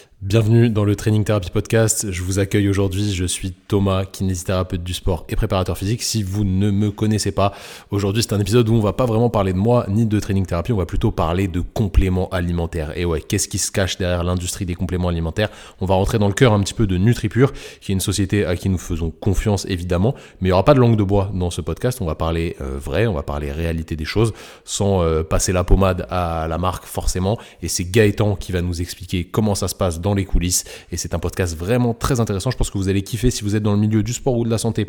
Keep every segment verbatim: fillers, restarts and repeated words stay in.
Bienvenue dans le Training Therapy Podcast. Je vous accueille aujourd'hui. Je suis Thomas, kinésithérapeute du sport et préparateur physique. Si vous ne me connaissez pas, aujourd'hui c'est un épisode où on va pas vraiment parler de moi ni de training thérapie. On va plutôt parler de compléments alimentaires. Et ouais, qu'est-ce qui se cache derrière l'industrie des compléments alimentaires? On va rentrer dans le cœur un petit peu de NutriPure, qui est une société à qui nous faisons confiance évidemment. Mais il n'y aura pas de langue de bois dans ce podcast. On va parler euh, vrai, on va parler réalité des choses, sans euh, passer la pommade à la marque forcément. Et c'est Gaëtan qui va nous expliquer comment ça se passe dans les coulisses, et c'est un podcast vraiment très intéressant. Je pense que vous allez kiffer si vous êtes dans le milieu du sport ou de la santé,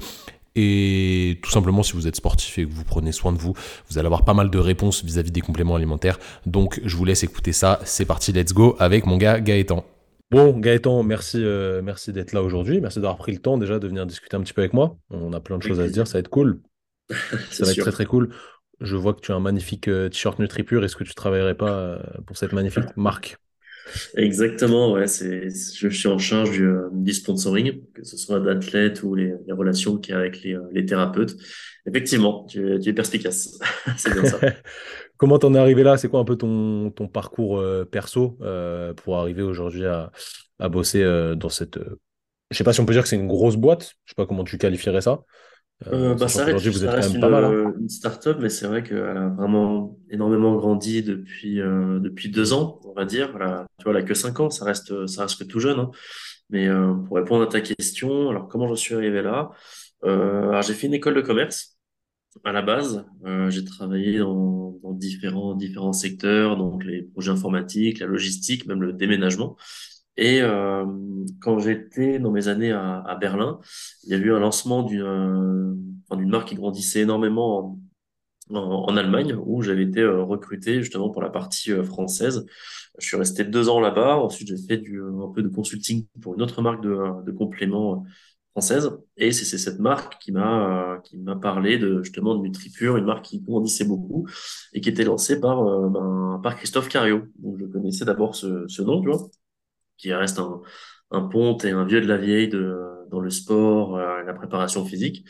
et tout simplement si vous êtes sportif et que vous prenez soin de vous, vous allez avoir pas mal de réponses vis-à-vis des compléments alimentaires. Donc je vous laisse écouter ça, c'est parti, let's go avec mon gars Gaëtan. Bon Gaëtan, merci, euh, merci d'être là aujourd'hui, merci d'avoir pris le temps déjà de venir discuter un petit peu avec moi. On a plein de Avec choses à se dire, plaisir, ça va être cool, c'est ça va être sûr. très très cool. Je vois que tu as un magnifique euh, t-shirt NutriPure, est-ce que tu travaillerais pas euh, pour cette magnifique marque? Exactement, ouais, c'est, je suis en charge du, euh, du sponsoring, que ce soit d'athlètes ou les, les relations qu'il y a avec les, euh, les thérapeutes. Effectivement, tu, es- tu es perspicace. C'est bien ça. Comment t'en es arrivé là? C'est quoi un peu ton, ton parcours euh, perso euh, pour arriver aujourd'hui à, à bosser euh, dans cette... euh, Je sais pas si on peut dire que c'est une grosse boîte. Je sais pas comment tu qualifierais ça. Euh, Euh, bah, sachant ça reste, qu'aujourd'hui, vous êtes ça quand reste même une, pas mal, hein. euh, une start-up, mais c'est vrai qu'elle a vraiment énormément grandi depuis, euh, depuis deux ans, on va dire. Voilà, tu vois, elle a que cinq ans, ça reste, ça reste que tout jeune, hein. Mais euh, pour répondre à ta question, alors comment j'en suis arrivé là? Euh, alors j'ai fait une école de commerce. À la base, euh, j'ai travaillé dans, dans différents, différents secteurs, donc les projets informatiques, la logistique, même le déménagement. Et euh, quand j'étais dans mes années à, à Berlin, il y a eu un lancement d'une euh, enfin, d'une marque qui grandissait énormément en, en, en Allemagne, où j'avais été euh, recruté justement pour la partie euh, française. Je suis resté deux ans là-bas. Ensuite, j'ai fait du, un peu de consulting pour une autre marque de, de compléments française. Et c'est c'est cette marque qui m'a euh, qui m'a parlé de justement de NutriPure, une marque qui grandissait beaucoup et qui était lancée par euh, ben, par Christophe Cario. Donc je connaissais d'abord ce, ce nom, tu vois, qui reste un un ponte et un vieux de la vieille de dans le sport, euh, la préparation physique.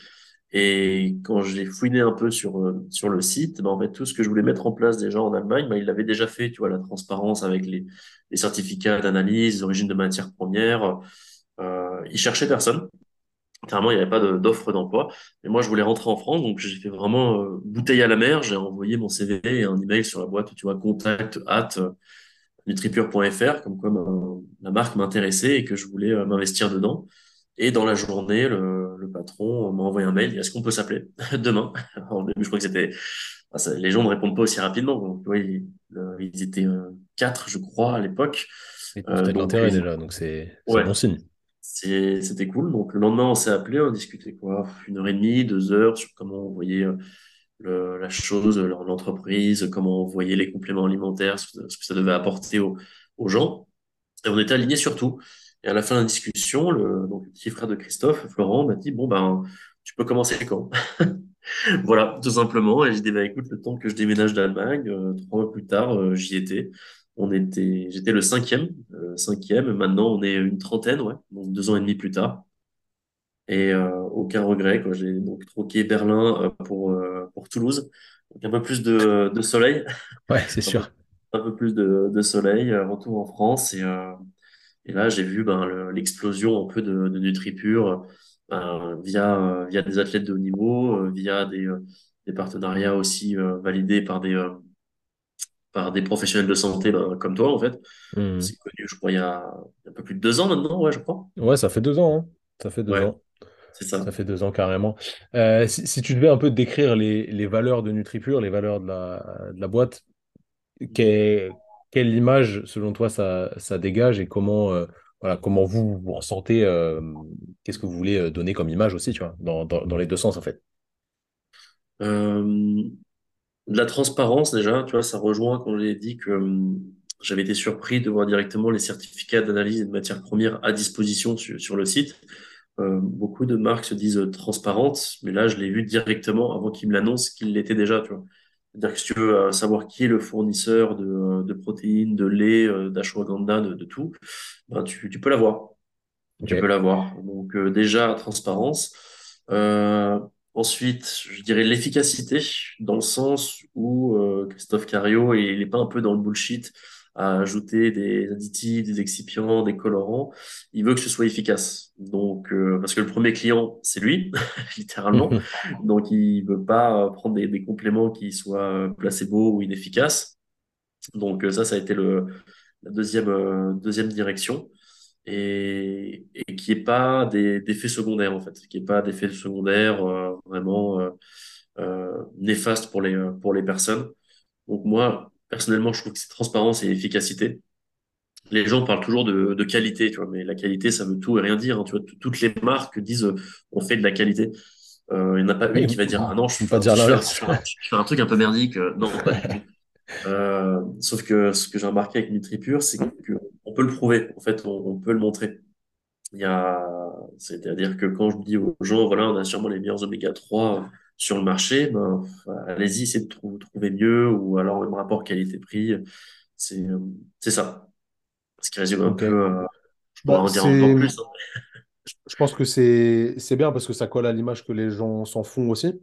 Et quand j'ai fouiné un peu sur euh, sur le site, ben, en fait tout ce que je voulais mettre en place déjà en Allemagne, ben, il l'avait déjà fait, tu vois, la transparence avec les les certificats d'analyse, d'origine de matières premières. Euh, il cherchait personne. Clairement, il n'y avait pas de- d'offre d'emploi. Et moi, je voulais rentrer en France, donc j'ai fait vraiment euh, bouteille à la mer. J'ai envoyé mon C V et un email sur la boîte, tu vois, contact at euh, nutripure point f r, comme quoi ma, la marque m'intéressait et que je voulais euh, m'investir dedans. Et dans la journée, le, le patron m'a envoyé un mail. Est-ce qu'on peut s'appeler demain? Alors, au début, je crois que c'était, enfin, ça- les gens ne répondent pas aussi rapidement. Donc, oui, le- ils étaient euh, quatre, je crois, à l'époque. Et puis Euh, t'as de donc, l'intérêt ils- déjà, donc c'est c'est ouais, bon signe. c'est- c'était cool. Donc le lendemain, on s'est appelé, on a discuté quoi, une heure et demie, deux heures sur comment on voyait euh, le- la chose, leur- l'entreprise, comment on voyait les compléments alimentaires, ce que, ce que ça devait apporter aux, aux gens. Et on était alignés sur tout. Et à la fin de la discussion, le, donc, le petit frère de Christophe, Florent, m'a dit, bon, ben, tu peux commencer quand? Voilà, tout simplement. Et j'ai dit, bah, écoute, le temps que je déménage d'Allemagne, euh, trois mois plus tard, euh, j'y étais. On était, j'étais le cinquième, euh, cinquième. Maintenant, on est une trentaine, ouais. Donc deux ans et demi plus tard. Et euh, aucun regret, quoi. J'ai donc troqué Berlin euh, pour euh, pour Toulouse. Donc un peu plus de, de soleil, Ouais, c'est un peu sûr. un peu plus de, de soleil. euh, Retour en France et euh, et là j'ai vu ben le- l'explosion un peu de, de NutriPure ben, via euh, via des athlètes de haut niveau, euh, via des euh, des partenariats aussi euh, validés par des euh, par des professionnels de santé ben, comme toi en fait. Hmm. C'est connu, je crois il y a un peu plus de deux ans maintenant, ouais je crois. Ouais, ça fait deux ans, hein. Ça fait deux Ouais, ans. c'est ça. Ça fait deux ans carrément. Euh, si, si tu devais un peu décrire les, les valeurs de NutriPure, les valeurs de la, de la boîte, quelle, quelle image, selon toi, ça, ça dégage, et comment, euh, voilà, comment vous vous ressentez, euh, qu'est-ce que vous voulez euh, donner comme image aussi, tu vois, dans, dans, dans les deux sens, en fait. Euh, De la transparence, déjà, tu vois, ça rejoint quand j'ai dit que hum, j'avais été surpris de voir directement les certificats d'analyse et de matières premières à disposition sur, sur le site. Euh, beaucoup de marques se disent euh, transparentes, mais là, je l'ai vu directement avant qu'ils me l'annoncent qu'ils l'étaient déjà, tu vois. C'est-à-dire que si tu veux euh, savoir qui est le fournisseur de, euh, de protéines, de lait, euh, d'ashwagandha, de, de tout, ben, tu, tu peux l'avoir. Tu peux Ok. l'avoir. Donc euh, déjà, transparence. Euh, Ensuite, je dirais l'efficacité, dans le sens où euh, Christophe Cario, il n'est pas un peu dans le bullshit à ajouter des additifs, des excipients, des colorants. Il veut que ce soit efficace. Donc, euh, parce que le premier client, c'est lui, littéralement. Donc, il veut pas euh, prendre des, des compléments qui soient euh, placebo ou inefficaces. Donc, euh, ça, ça a été le, la deuxième, euh, deuxième direction. Et, et qui est pas des, d'effets secondaires, en fait. Qui est pas d'effets secondaires euh, vraiment euh, euh, néfastes pour les, pour les personnes. Donc, moi, personnellement, je trouve que c'est transparence et efficacité. Les gens parlent toujours de, de qualité, tu vois, mais la qualité, ça veut tout et rien dire, hein, tu vois. T- toutes les marques disent euh, on fait de la qualité. Euh, il n'y en a pas une Oui, qui va dire ah non, je ne fais pas un, dire je fais un, l'inverse. je fais un- je fais un truc un peu merdique. Euh, non, pas du tout. Euh, sauf que ce que j'ai remarqué avec NutriPure, c'est que on peut le prouver. En fait, on, on peut le montrer. Il y a, c'est-à-dire que quand je dis aux gens, voilà, on a sûrement les meilleurs oméga trois sur le marché, ben, allez-y, essayez de trou- trouver mieux, ou alors même rapport qualité-prix. C'est, euh, c'est ça. Ce qui résume un Ok. peu, euh, je pourrais Bah, en dire encore c'est, plus, hein. je pense que c'est, c'est bien parce que ça colle à l'image que les gens s'en font aussi.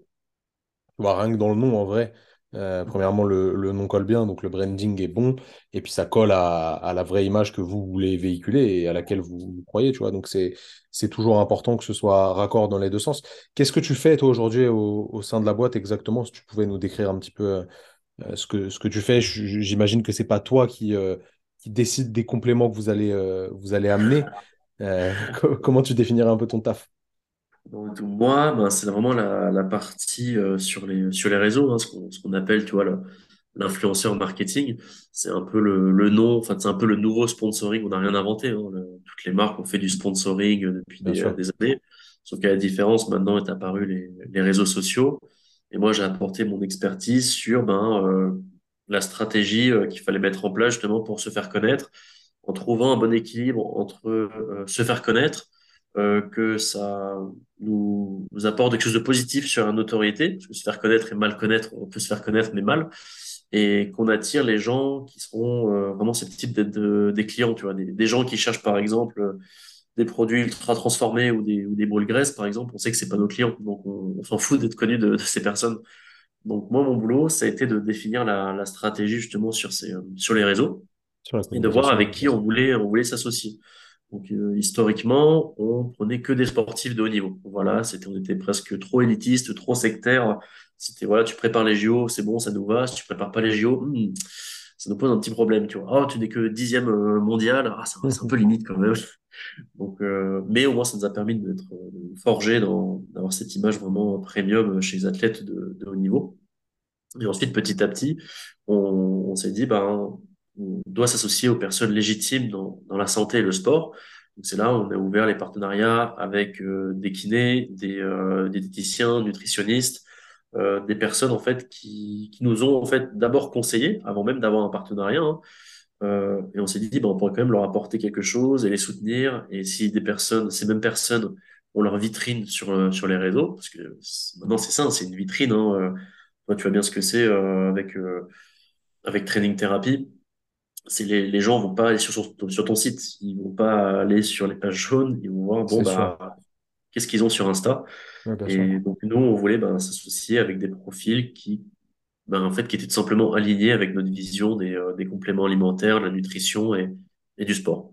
Bah, rien que dans le nom, en vrai. Euh, premièrement, le, le nom colle bien, donc le branding est bon. Et puis ça colle à, à la vraie image que vous voulez véhiculer et à laquelle vous, vous croyez, tu vois. Donc c'est, c'est toujours important que ce soit raccord dans les deux sens. Qu'est-ce que tu fais, toi, aujourd'hui, au, au sein de la boîte exactement? Si tu pouvais nous décrire un petit peu euh, ce que, ce que tu fais. J- J'imagine que c'est pas toi qui, euh, qui décide des compléments que vous allez, euh, vous allez amener. Euh, co- comment tu définirais un peu ton taf? Donc, moi, ben, c'est vraiment la, la partie euh, sur les, sur les réseaux, hein, ce qu'on, ce qu'on appelle, tu vois, le- l'influenceur marketing. C'est un peu le, le nom, enfin, c'est un peu le nouveau sponsoring. On n'a rien inventé, hein. Le- toutes les marques ont fait du sponsoring euh, depuis Bien des, euh, sûr. des années. Sauf qu'à la différence, maintenant est apparu les, les réseaux sociaux. Et moi, j'ai apporté mon expertise sur ben, euh, la stratégie euh, qu'il fallait mettre en place justement pour se faire connaître, en trouvant un bon équilibre entre euh, se faire connaître, euh, que ça nous, nous apporte quelque chose de positif sur la notoriété, parce que se faire connaître et mal connaître, on peut se faire connaître mais mal, et qu'on attire les gens qui seront euh, vraiment susceptibles d'être de- des clients, tu vois, des, des gens qui cherchent par exemple euh, des produits ultra transformés ou des, ou des brûle graisses par exemple, on sait que c'est pas nos clients, donc on, on s'en fout d'être connu de, de ces personnes. Donc moi, mon boulot, ça a été de définir la, la stratégie justement sur ces, euh, sur les réseaux Sur la et de voir communication, avec bien qui on sûr. voulait, on voulait s'associer. Donc euh, historiquement, on prenait que des sportifs de haut niveau. Voilà, c'était, on était presque trop élitiste, trop sectaire. C'était voilà, tu prépares les J O, c'est bon, ça nous va. Si tu prépares pas les J O, hmm, ça nous pose un petit problème, tu vois. Oh, tu n'es que dixième euh, mondial, ah, c'est un c'est un peu limite quand même. Donc, euh, mais au moins, ça nous a permis d'être euh, forgé dans, d'avoir cette image vraiment premium chez les athlètes de, de haut niveau. Et ensuite, petit à petit, on, on s'est dit, ben, on doit s'associer aux personnes légitimes dans, dans la santé et le sport. Donc c'est là où on a ouvert les partenariats avec euh, des kinés, des, euh, des diététiciens, nutritionnistes, euh, des personnes en fait qui, qui nous ont en fait d'abord conseillé avant même d'avoir un partenariat, hein. Euh, et on s'est dit, ben, on pourrait quand même leur apporter quelque chose et les soutenir. Et si des personnes, ces mêmes personnes ont leur vitrine sur, euh, sur les réseaux, parce que c'est- maintenant c'est ça, hein, c'est une vitrine, hein, euh, toi, tu vois bien ce que c'est euh, avec, euh, avec Training Therapy. C'est les, les gens vont pas aller sur, sur, ton sur ton site, ils vont pas aller sur les pages jaunes, ils vont voir, bon, C'est sûr. bah, qu'est-ce qu'ils ont sur Insta. Ouais, bien sûr. Et donc, nous, on voulait ben, s'associer avec des profils qui, ben, en fait, qui étaient tout simplement alignés avec notre vision des, euh, des compléments alimentaires, de la nutrition et, et du sport.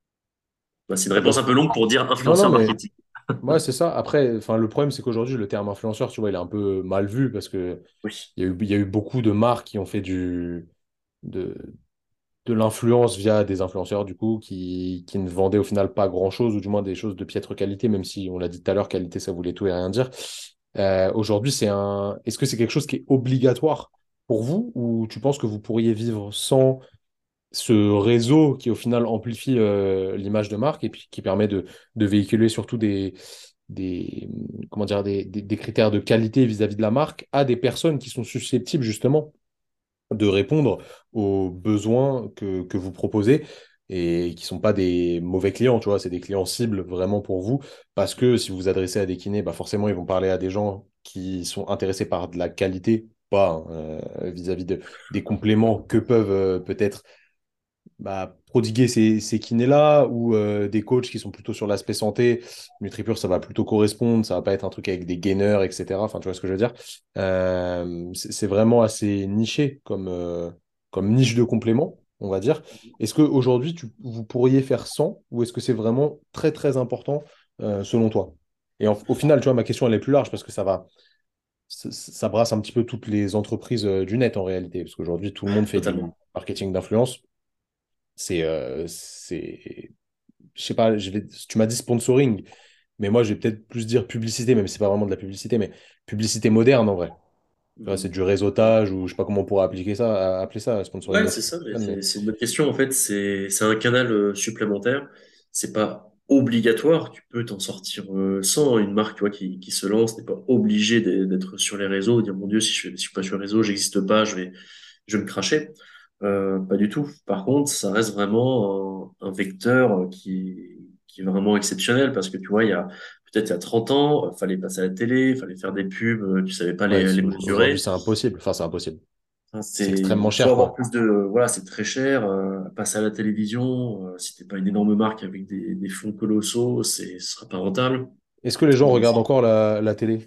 Ben, c'est une Ouais, bah, réponse un peu longue pour dire non, non, influenceur mais marketing. ouais, c'est ça. Après, enfin, le problème, c'est qu'aujourd'hui, le terme influenceur, tu vois, il est un peu mal vu parce que Oui. il y a eu, il y a eu beaucoup de marques qui ont fait du, de, de l'influence via des influenceurs, du coup, qui, qui ne vendaient au final pas grand-chose, ou du moins des choses de piètre qualité, même si on l'a dit tout à l'heure, qualité, ça voulait tout et rien dire. Euh, aujourd'hui, c'est un... Est-ce que c'est quelque chose qui est obligatoire pour vous, ou tu penses que vous pourriez vivre sans ce réseau qui, au final, amplifie euh, l'image de marque et puis qui permet de, de véhiculer surtout des, des, comment dire, des, des, des critères de qualité vis-à-vis de la marque à des personnes qui sont susceptibles, justement, de répondre aux besoins que, que vous proposez et qui sont pas des mauvais clients, tu vois, c'est des clients cibles vraiment pour vous, parce que si vous vous adressez à des kinés, bah forcément, ils vont parler à des gens qui sont intéressés par de la qualité, pas hein, euh, vis-à-vis de, des compléments que peuvent euh, peut-être bah, prodiguer ces, ces kinés-là ou euh, des coachs qui sont plutôt sur l'aspect santé. NutriPure, ça va plutôt correspondre, ça va pas être un truc avec des gainers, et cetera. Enfin, tu vois ce que je veux dire. Euh, c'est c'est vraiment assez niché comme, euh, comme niche de complément. on va dire. Est-ce qu'aujourd'hui, tu, vous pourriez faire sans ou est-ce que c'est vraiment très, très important euh, selon toi? Et en- au final, tu vois, ma question, elle est plus large parce que ça va, ça, ça brasse un petit peu toutes les entreprises euh, du net en réalité. Parce qu'aujourd'hui, tout le monde fait du Totalement. marketing d'influence. C'est, euh, c'est, je sais pas, je vais, tu m'as dit sponsoring, mais moi, je vais peut-être plus dire publicité, même si c'est pas vraiment de la publicité, mais publicité moderne en vrai. Tu vois, c'est Mhm. du réseautage ou je sais pas comment on pourrait appliquer ça, appeler ça, sponsoring. Ouais, Moi, c'est ça, mais mais c'est c'est une bonne question. En fait, c'est c'est un canal euh, supplémentaire. C'est pas obligatoire. Tu peux t'en sortir euh, sans. Une marque, tu vois, qui, qui se lance n'est pas obligée d'être d'être sur les réseaux. Dire, mon Dieu, si je, si je suis pas sur les réseaux, j'existe pas, je vais, je vais me cracher. Euh, pas du tout. Par contre, ça reste vraiment un, un vecteur qui, qui est vraiment exceptionnel parce que tu vois, il y a peut-être il y a trente ans, euh, fallait passer à la télé, fallait faire des pubs, euh, tu savais pas ouais, les, c'est- les aujourd'hui, mesurer. c'est impossible. Enfin, c'est impossible. Enfin, C'est c'est, extrêmement il faut cher, avoir quoi. plus de, voilà, c'est très cher. Euh, passer à la télévision, euh, si t'es pas une énorme marque avec des, des fonds colossaux, c'est, ce sera pas rentable. Est-ce que les gens Donc, regardent encore la, la télé?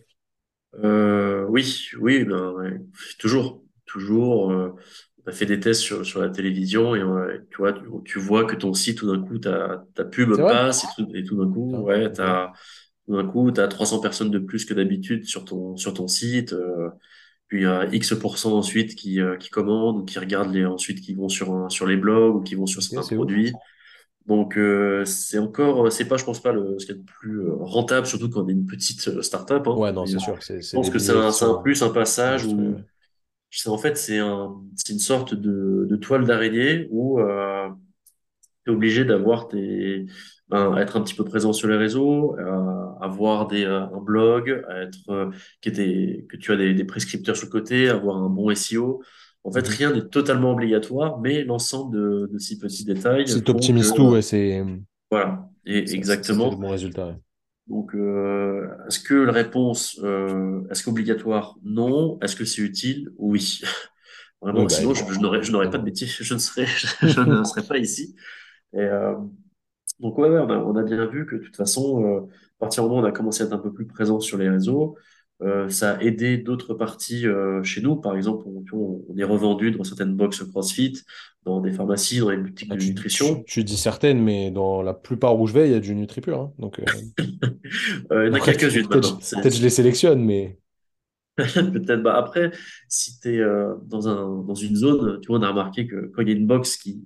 euh, oui, oui, ben, ouais, toujours, toujours. Euh, on a fait des tests sur, sur la télévision et euh, tu vois, tu, tu vois que ton site, tout d'un coup, ta, ta C'est pub vrai? passe et tout, et tout d'un coup, Putain, ouais, ok. t'as, tout d'un coup, t'as trois cents personnes de plus que d'habitude sur ton, sur ton site. Euh, puis il y a X% ensuite qui, euh, qui commandent ou qui regardent les, ensuite qui vont sur, un- sur les blogs ou qui vont sur Ok, certains c'est ouf. produits. Donc euh, c'est encore, c'est pas, je pense pas le, ce qu'il y a de plus euh, rentable, surtout quand on est une petite euh, start-up. Hein, Ouais, non, mais euh, c'est je sûr. C'est c'est pense des que c'est billets un, qui c'est un sont plus, un passage monstrueux. où Ouais. c'est en fait c'est un, c'est une sorte de, de toile d'araignée où euh, tu es obligé d'avoir tes, ben, être un petit peu présent sur les réseaux, euh, avoir des, euh, un blog, être, euh, que, t'es- que tu as des, des prescripteurs sur le côté, avoir un bon S E O. En fait, Mhm. rien n'est totalement obligatoire, mais l'ensemble de, de ces petits détails Si tu font que, optimises tout, ouais, c'est voilà, et ça, ça- ça fait des exactement. bons résultats. Ouais. Donc, euh, est-ce que la réponse, euh, est-ce qu'obligatoire? Non. Est-ce que c'est utile? Oui. Oui, Vraiment, bah sinon, je, évidemment. je n'aurais, je n'aurais pas de Évidemment. métier, je ne serais, je ne serais pas ici. Et, euh, donc ouais, ouais, on a, on a bien vu que de toute façon, euh, à partir du moment où on a commencé à être un peu plus présent sur les réseaux, euh, ça a aidé d'autres parties euh, chez nous. Par exemple, on, tu vois, on est revendu dans certaines box CrossFit, dans des pharmacies, dans les boutiques Ah, de tu, tu- nutrition. tu dis certaines, mais dans la plupart où je vais, il y a du NutriPure. Hein. Donc, euh, Euh, il y en a après, quelques-unes peut-être maintenant. je- C'est peut-être je les sélectionne, mais peut-être. Bah après, si tu es dans un dans une zone, tu vois, on a remarqué que quand il y a une box qui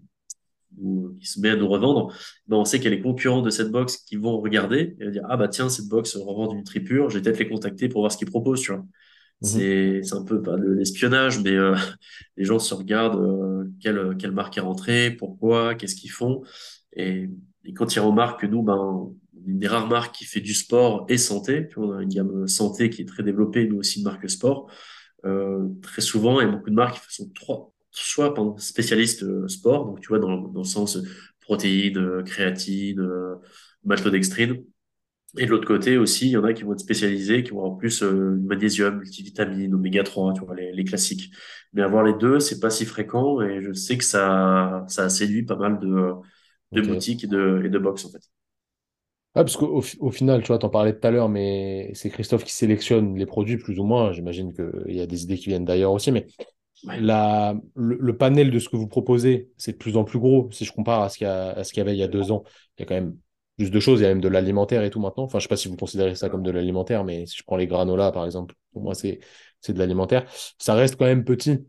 ou qui se met à nous revendre, ben on sait qu'il y a les concurrents de cette box qui vont regarder et dire ah bah tiens cette box revend du Tripure, je vais peut-être les contacter pour voir ce qu'ils proposent, tu vois. mhm. C'est c'est un peu pas de l'espionnage, mais euh, les gens se regardent euh, quelle quelle marque est rentrée, pourquoi, qu'est-ce qu'ils font et, et quand ils remarquent que nous ben on est une des rares marques qui fait du sport et santé, tu vois, on a une gamme santé qui est très développée, nous aussi une marque sport. Euh, très souvent, il y a beaucoup de marques qui sont trois, soit pardon, spécialistes euh, sport, donc tu vois, dans, dans le sens euh, protéines, euh, créatine, euh, maltodextrine. Et de l'autre côté aussi, il y en a qui vont être spécialisés, qui vont avoir plus euh, magnésium, multivitamine, oméga trois, tu vois, les, les classiques. Mais avoir les deux, c'est pas si fréquent et je sais que ça, ça a séduit pas mal de, de Ok. boutiques et de, et de box, en fait. Ouais, parce qu'au fi- au final, tu vois, t'en parlais tout à l'heure, mais c'est Christophe qui sélectionne les produits plus ou moins. J'imagine qu'il y a des idées qui viennent d'ailleurs aussi, mais Ouais. la, le, le panel de ce que vous proposez, c'est de plus en plus gros. Si je compare à ce qu'il y a, à ce qu'il y avait il y a deux ans, il y a quand même plus de choses. Il y a même de l'alimentaire et tout maintenant. Enfin, je sais pas si vous considérez ça comme de l'alimentaire, mais si je prends les granolas, par exemple, pour moi, c'est, c'est de l'alimentaire. Ça reste quand même petit.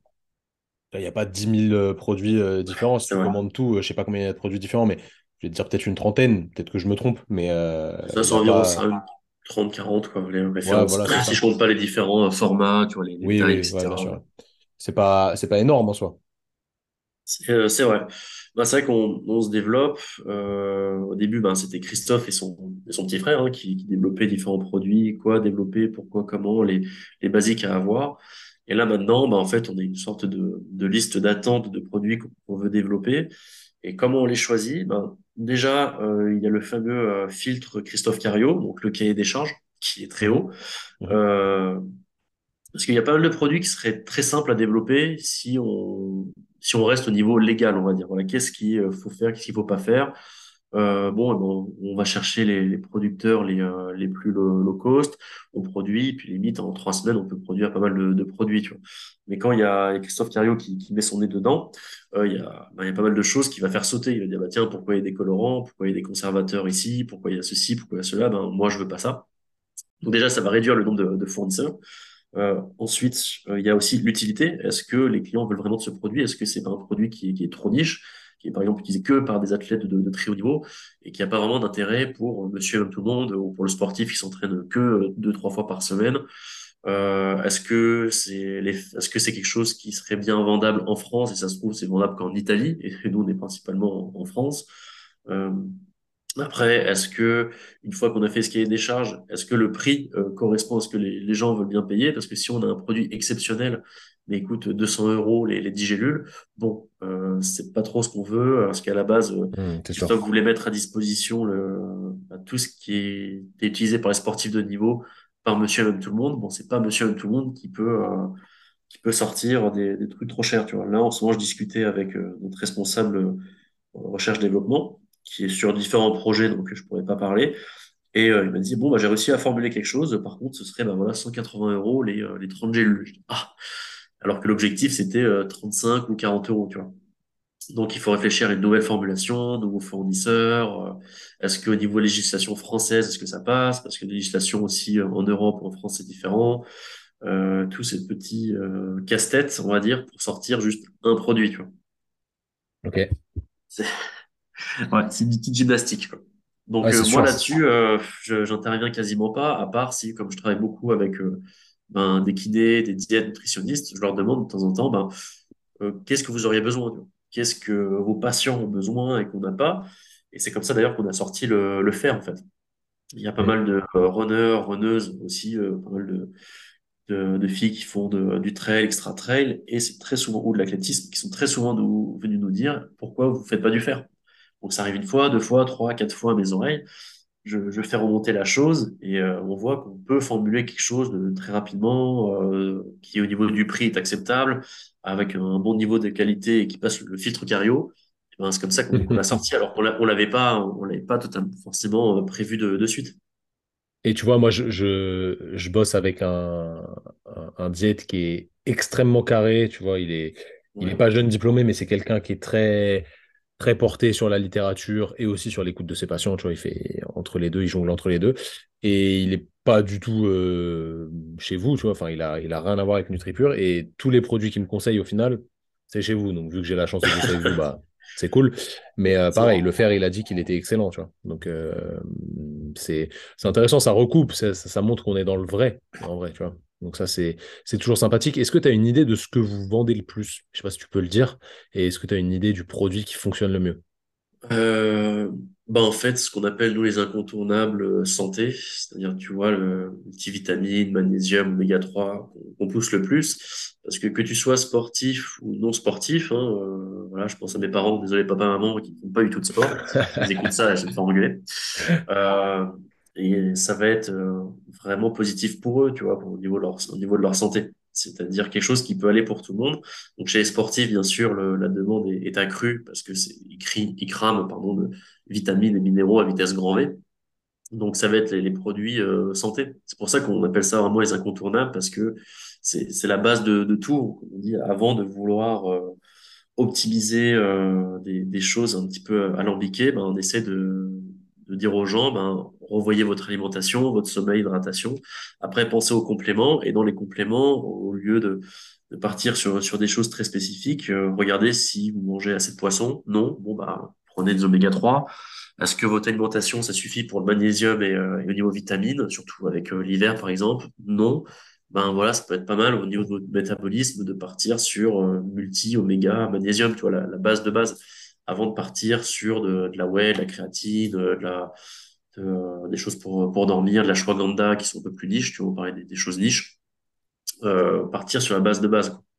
Il n'y a pas dix mille euh, produits euh, différents. Si C'est tu vrai. commandes tout, euh, je sais pas combien il y a de produits différents, mais je vais te dire peut-être une trentaine. Peut-être que je me trompe, mais euh, Ça, il c'est n'y a environ pas. ça, une trente quarante, quoi, les Ouais, références. voilà, c'est Si ça. je compte pas les différents euh, formats, tu vois, les, les Oui, tailles, oui, ouais, bien et cetera. sûr. C'est pas, c'est pas énorme en soi. C'est euh, c'est vrai. Bah, c'est vrai qu'on on se développe. Euh, au début, ben, c'était Christophe et son, et son petit frère hein, qui, qui développaient différents produits, quoi développer, pourquoi, comment, les, les basiques à avoir. Et là, maintenant, ben, en fait, on a une sorte de, de liste d'attente de produits qu'on qu'on veut développer. Et comment on les choisit? Ben, déjà, euh, il y a le fameux euh, filtre Christophe Cario, donc le cahier des charges, qui est très Mhm, haut. mhm. Euh, Parce qu'il y a pas mal de produits qui seraient très simples à développer si on, si on reste au niveau légal, on va dire. Voilà, qu'est-ce qu'il faut faire, qu'est-ce qu'il faut pas faire. Euh, bon, eh ben, on va chercher les, les producteurs les, euh, les plus low, low cost, on produit, puis limite en trois semaines, on peut produire pas mal de, de produits, tu vois. Mais quand il y a, il y a Christophe Cario qui, qui met son nez dedans, euh, il y a, ben, il y a pas mal de choses qu'il va faire sauter. Il va dire, bah, tiens, pourquoi il y a des colorants, pourquoi il y a des conservateurs ici, pourquoi il y a ceci, pourquoi il y a cela, ben, moi, je veux pas ça. Donc déjà, ça va réduire le nombre de, de fournisseurs. Euh, ensuite, euh, il y a aussi l'utilité. Est-ce que les clients veulent vraiment de ce produit? Est-ce que c'est pas un produit qui est, qui est trop niche, qui est par exemple utilisé que par des athlètes de, de très haut niveau et qui n'a pas vraiment d'intérêt pour monsieur et même tout le monde ou pour le sportif qui s'entraîne que euh, deux, trois fois par semaine? Euh, est-ce que c'est les, est-ce que c'est quelque chose qui serait bien vendable en France et ça se trouve c'est vendable qu'en Italie et nous on est principalement en, en France. Euh, Après, est-ce que une fois qu'on a fait ce cahier des charges, est-ce que le prix euh, correspond à ce que les, les gens veulent bien payer? Parce que si on a un produit exceptionnel, mais écoute deux cents euros les, les dix gélules, bon, euh, c'est pas trop ce qu'on veut, parce qu'à la base, euh, Hmm, c'est sûr. Christophe voulait mettre à disposition le, bah, tout ce qui est, est utilisé par les sportifs de niveau, par Monsieur et même tout le monde. Bon, c'est pas Monsieur et même tout le monde qui peut euh, qui peut sortir des, des trucs trop chers, tu vois. Là, en ce moment, je discutais avec euh, notre responsable euh, recherche-développement, qui est sur différents projets, donc je pourrais pas parler. Et euh, il m'a dit, bon, bah, j'ai réussi à formuler quelque chose. Par contre, ce serait, bah, voilà, cent quatre-vingts euros les, euh, les trente gélules. Je dis, ah, alors que l'objectif, c'était euh, trente-cinq ou quarante euros, tu vois. Donc, il faut réfléchir à une nouvelle formulation, nouveaux fournisseurs. euh, Est-ce qu'au niveau législation française, est-ce que ça passe? Parce que la législation aussi euh, en Europe ou en France, c'est différent. Euh, tous ces petits euh, casse-têtes, on va dire, pour sortir juste un produit, tu vois. Ok. C'est ouais, c'est une petite gymnastique, quoi. Ouais, Donc euh, c'est moi sûr. là-dessus, euh, je- j'interviens quasiment pas, à part si, comme je travaille beaucoup avec euh, ben, des kinés, des diètes nutritionnistes, je leur demande de temps en temps, ben, euh, qu'est-ce que vous auriez besoin, tu vois. Qu'est-ce que vos patients ont besoin et qu'on n'a pas. Et c'est comme ça d'ailleurs qu'on a sorti le, le fer, en fait. Il y a pas Hmm. mal de euh, runners, runneuses aussi, euh, pas mal de, de, de filles qui font de- du trail, extra trail, et c'est très souvent, ou de l'athlétisme, qui sont très souvent nous, venus nous dire pourquoi vous faites pas du fer. Donc ça arrive une fois, deux fois, trois, quatre fois à mes oreilles. Je, je fais remonter la chose et euh, on voit qu'on peut formuler quelque chose de très rapidement euh, qui au niveau du prix est acceptable, avec un bon niveau de qualité et qui passe le, le filtre Cario. Et ben, c'est comme ça qu'on qu'on l'a sorti alors qu'on l'a- on l'avait pas, on l'avait pas totalement forcément euh, prévu de, de suite. Et tu vois, moi, je, je, je bosse avec un, un, un diète qui est extrêmement carré. Tu vois, il est, il est Ouais. pas jeune diplômé, mais c'est quelqu'un qui est très, très porté sur la littérature et aussi sur l'écoute de ses patients. Tu vois, il fait entre les deux, il jongle entre les deux. Et il est pas du tout euh, chez vous, tu vois. Enfin, il a, il a rien à voir avec NutriPure. Et tous les produits qu'il me conseille, au final, c'est chez vous. Donc, vu que j'ai la chance de bosser avec vous, bah, c'est cool. Mais euh, C'est pareil, vrai. le fer, il a dit qu'il était excellent, tu vois. Donc, euh, c'est, c'est intéressant, ça recoupe, ça, ça- ça montre qu'on est dans le vrai, en vrai, tu vois. Donc ça, c'est, c'est toujours sympathique. Est-ce que tu as une idée de ce que vous vendez le plus? Je sais pas si tu peux le dire. Et est-ce que tu as une idée du produit qui fonctionne le mieux? Euh, bah en fait, ce qu'on appelle nous les incontournables euh, santé, c'est-à-dire tu vois le multivitamine, magnésium, oméga trois qu'on qu'on pousse le plus, parce que que tu sois sportif ou non sportif, hein, euh, voilà, je pense à mes parents, désolé papa maman qui font pas du tout de sport, ils écoutent ça, je vais me faire engueuler. Euh, et ça va être euh, vraiment positif pour eux, tu vois, pour- au niveau de leur, au niveau de leur santé. C'est-à-dire quelque chose qui peut aller pour tout le monde. Donc chez les sportifs, bien sûr, le- la demande est, est accrue parce que c'est, ils, crient- ils crament, pardon, de vitamines et minéraux à vitesse grand V. Donc ça va être les, les produits euh, santé. C'est pour ça qu'on appelle ça vraiment les incontournables parce que c'est, c'est la base de, de tout. Comme on dit, avant de vouloir euh, optimiser euh, des, des choses un petit peu alambiquées, ben, on essaie de, de dire aux gens, ben, revoyez votre alimentation, votre sommeil, hydratation. Après, pensez aux compléments. Et dans les compléments, au lieu de, de partir sur, sur des choses très spécifiques, euh, regardez si vous mangez assez de poisson. Non, bon, bah, prenez des oméga trois. Est-ce que votre alimentation, ça suffit pour le magnésium et, euh, et au niveau vitamines, surtout avec euh, l'hiver, par exemple? Non, ben voilà, ça peut être pas mal au niveau de votre métabolisme de partir sur euh, multi, oméga, magnésium, tu vois, la, la base de base, avant de partir sur de, de la whey, de la créatine, de la, de, euh, des choses pour, pour dormir, de la ashwagandha qui sont un peu plus niches, tu vois, on parlait des, des choses niches, euh, partir sur la base de base, quoi.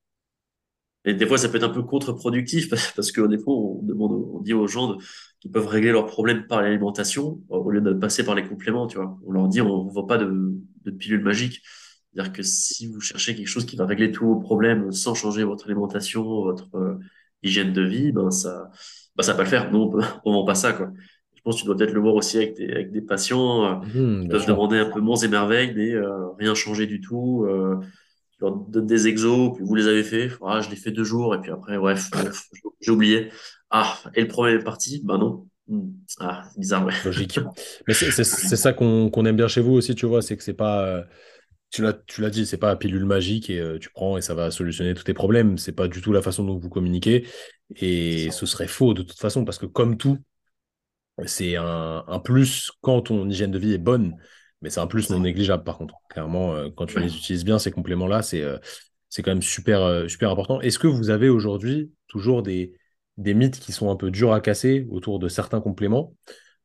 Et des fois, ça peut être un peu contre-productif parce parce que des fois, on demande, on dit aux gens de- qu'ils peuvent régler leurs problèmes par l'alimentation au lieu de passer par les compléments, tu vois. On leur dit, on ne vend pas de, de pilule magique. C'est-à-dire que si vous cherchez quelque chose qui va régler tous vos problèmes sans changer votre alimentation, votre euh, hygiène de vie, ben ça, ben ça va pas le faire. Nous, on peut, on vend pas ça, quoi. pense que tu dois peut-être le voir aussi avec des, avec des patients euh, Mhm, qui bien doivent sûr. demander un peu monts et merveilles, des euh, rien changé du tout. Euh, tu leur donnes des exos, puis vous les avez fait. Ah, je l'ai fait deux jours, et puis après, bref, bof, j'ai oublié. Ah, et le problème est parti? Bah non. Hmm. Ah, c'est bizarre, ouais. Logique. Mais c'est c'est- c'est ça qu'on qu'on aime bien chez vous aussi, tu vois, c'est que c'est pas, euh, tu l'as tu l'as dit, c'est pas la pilule magique et euh, tu prends et ça va solutionner tous tes problèmes. C'est pas du tout la façon dont vous communiquez et ce serait faux de toute façon parce que comme tout, c'est un, un plus quand ton hygiène de vie est bonne, mais c'est un plus non négligeable par contre. Clairement, euh, quand tu Ouais. les utilises bien, ces compléments-là, c'est euh, c'est quand même super, euh, super important. Est-ce que vous avez aujourd'hui toujours des, des mythes qui sont un peu durs à casser autour de certains compléments?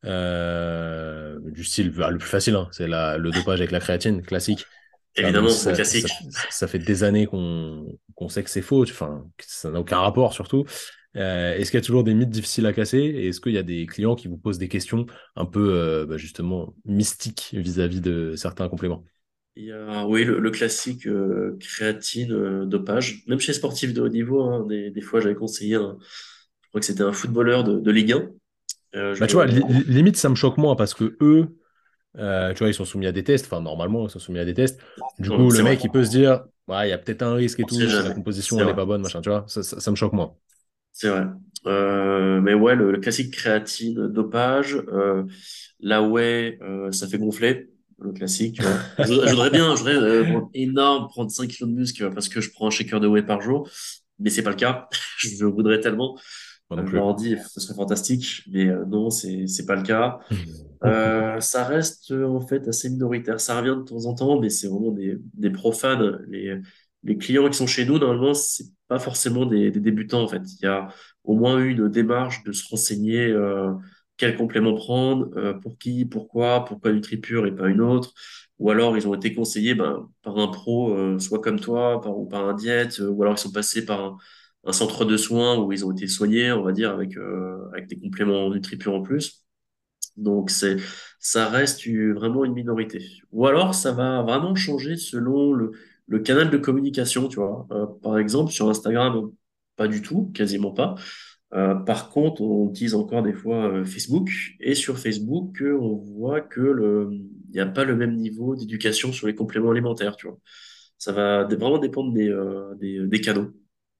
Euh, du style, bah, le plus facile, hein, c'est la, le dopage avec la créatine, classique. Ça, même si Évidemment, le ça, ça, classique. ça fait des années qu'on qu'on sait que c'est faux, enfin, que ça n'a aucun rapport surtout. Euh, est-ce qu'il y a toujours des mythes difficiles à casser? Et est-ce qu'il y a des clients qui vous posent des questions un peu, euh, bah, justement, mystiques vis-à-vis de certains compléments? Il y a, oui, le, le classique euh, créatine, euh, dopage. Même chez les sportifs de haut niveau, hein, des, des fois, j'avais conseillé, un- je crois que c'était un footballeur de, de Ligue un. Euh, je Bah, tu vois, li- le... li- limite, ça me choque moins parce que eux, euh, tu vois, ils sont soumis à des tests. Enfin, normalement, ils sont soumis à des tests. Du Non, coup, le c'est vrai, mec, il peut se dire, ouais, il y a peut-être un risque et on sait tout, si la jamais. composition, C'est elle est vrai, pas bonne, machin, tu vois, ça, ça, ça me choque moins. c'est vrai. Euh, mais ouais, le, le classique créatine, dopage, euh, la whey, euh, ça fait gonfler. Le classique, tu vois. Je, voudrais je voudrais bien, je voudrais euh, prendre énorme, prendre cinq kilos de muscle parce que je prends un shaker de whey par jour, mais c'est pas le cas. Je voudrais tellement. Moi non Euh, Je plus. leur dis, ce serait fantastique, mais euh, non, c'est c'est pas le cas. Euh, ça reste euh, en fait assez minoritaire. Ça revient de temps en temps, mais c'est vraiment des, des profanes. Les, les clients qui sont chez nous, normalement, c'est pas forcément des, des débutants en fait. Il y a au moins eu une démarche de se renseigner euh, quel complément prendre, euh, pour qui, pourquoi, pourquoi NutriPure et pas une autre. Ou alors ils ont été conseillés ben, par un pro, euh, soit comme toi, par, ou par un diète, euh, ou alors ils sont passés par un, un centre de soins où ils ont été soignés, on va dire, avec, euh, avec des compléments NutriPure en plus. Donc c'est, ça reste u- vraiment une minorité. Ou alors ça va vraiment changer selon le, le canal de communication, tu vois. Euh, par exemple, sur Instagram, pas du tout, quasiment pas. Euh, par contre, on utilise encore des fois euh, Facebook. Et sur Facebook, euh, on voit que le, il n'y a pas le même niveau d'éducation sur les compléments alimentaires, tu vois. Ça va dé- vraiment dépendre des, euh, des, des canaux.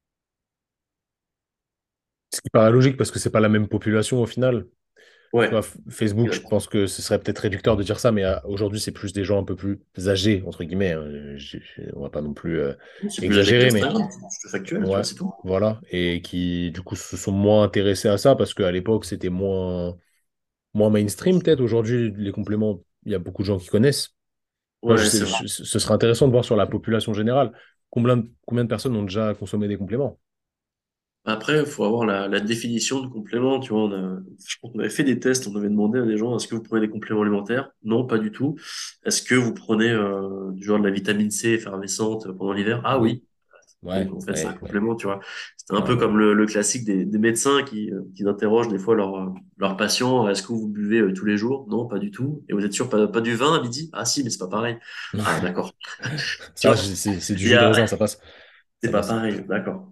Ce qui paraît logique parce que c'est pas la même population au final. Tu vois, Ouais, F- Facebook, je exact. pense que ce serait peut-être réducteur de dire ça, mais euh, aujourd'hui, c'est plus des gens un peu plus âgés, entre guillemets, hein. J'ai- j'ai- on va pas non plus euh, C'est plus âgé que exagérer, mais l'Instagram, c'est factuel, tu vois, ouais, c'est tout. voilà. Et qui, du coup, se sont moins intéressés à ça parce qu'à l'époque, c'était moins, moins mainstream, peut-être. Aujourd'hui, les compléments, il y a beaucoup de gens qui connaissent. Moi, je Ouais, sais, c'est vrai. je- ce serait intéressant de voir sur la population générale combien, de- combien de personnes ont déjà consommé des compléments. Après, il faut avoir la, la définition du complément. Tu vois, on a, je crois qu'on avait fait des tests, on avait demandé à des gens, est-ce que vous prenez des compléments alimentaires? Non, pas du tout. Est-ce que vous prenez euh, du genre de la vitamine C effervescente pendant l'hiver? Ah Oui, oui. ouais, Donc en fait, c'est un ouais, ouais. complément, tu vois. C'est un Ouais, peu ouais. comme le, le classique des, des médecins qui, euh, qui interrogent des fois leurs euh, leurs patients, est-ce que vous buvez euh, tous les jours? Non, pas du tout. Et vous êtes sûr, pas, pas du vin à midi? Ah si, mais c'est pas pareil. Ah d'accord. Tu Ça, vois, c'est c'est- c'est du il y jus de a, raisin, ça passe. c'est Ça pas passe. pareil, d'accord.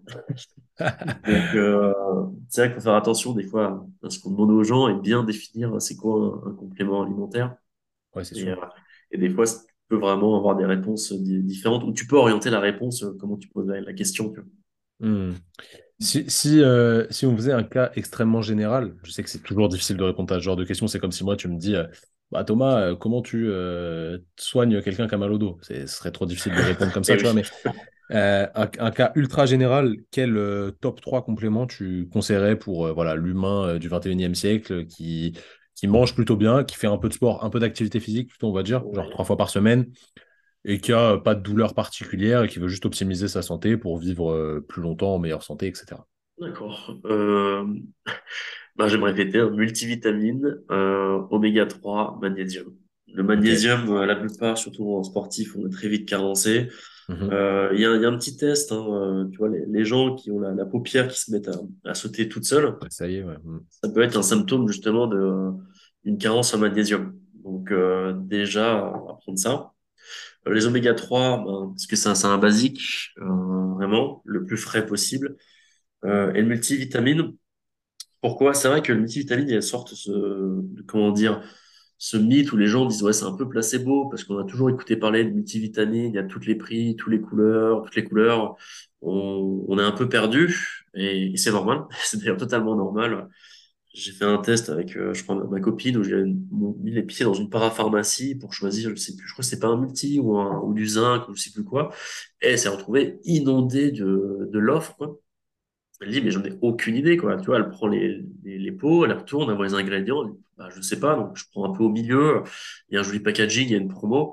Donc, euh, c'est vrai qu'il faut faire attention des fois à ce qu'on demande aux gens et bien définir c'est quoi un, un complément alimentaire. Ouais, c'est Et, sûr. euh, et des fois, tu peux vraiment avoir des réponses di- différentes ou tu peux orienter la réponse euh, comment tu poses la, la question. Tu vois. Hmm. Si, si, euh, si on faisait un cas extrêmement général, je sais que c'est toujours difficile de répondre à ce genre de questions. C'est comme si moi, tu me dis, euh, bah, Thomas, euh, comment tu euh, soignes quelqu'un qui a mal au dos? C'est- Ce serait trop difficile de répondre comme ça, Et tu vois. oui. Mais euh, un, un cas ultra général, quel euh, top trois compléments tu conseillerais pour euh, voilà, l'humain euh, du vingt et unième siècle qui, qui mange plutôt bien, qui fait un peu de sport, un peu d'activité physique, plutôt, on va dire, genre Ouais. trois fois par semaine, et qui a euh, pas de douleur particulière et qui veut juste optimiser sa santé pour vivre euh, plus longtemps en meilleure santé, et cetera. D'accord. Euh, ben, j'aimerais répéter, un multivitamine, euh, oméga trois, magnésium. Le Ok. magnésium, euh, la plupart, surtout en sportif, on est très vite carencé. Mhm. Euh, Il y a, un il y a un petit test, hein, euh, tu vois, les, les gens qui ont la, la paupière qui se mettent à, à sauter toute seule, Ouais, ça y est, ouais. Mhm. ça peut être un symptôme justement de, euh, d'une carence en magnésium. Donc euh, déjà, on va prendre ça. Euh, Les oméga trois, ben, parce que c'est un, c'est un basique, euh, vraiment, le plus frais possible. Euh, et le multivitamine, Pourquoi? C'est vrai que le multivitamine, il y a une sorte ce, de- comment dire, ce mythe où les gens disent ouais, c'est un peu placebo parce qu'on a toujours écouté parler de multivitamines, il y a toutes les prix, toutes les couleurs, toutes les couleurs. On, on est un peu perdu et, et c'est normal. C'est d'ailleurs totalement normal. J'ai fait un test avec, euh, je crois, ma ma copine où j'ai mis les pieds dans une parapharmacie pour choisir, je sais plus, je crois que c'est pas un multi ou un, ou du zinc ou je sais plus quoi. Et elle s'est retrouvée inondée de, de l'offre, quoi. Elle dit, mais j'en ai aucune idée, quoi. Tu vois, elle prend les, les, les pots, elle retourne, elle voit les ingrédients. Elle dit, bah, je sais pas, donc je prends un peu au milieu. Il y a un joli packaging, il y a une promo.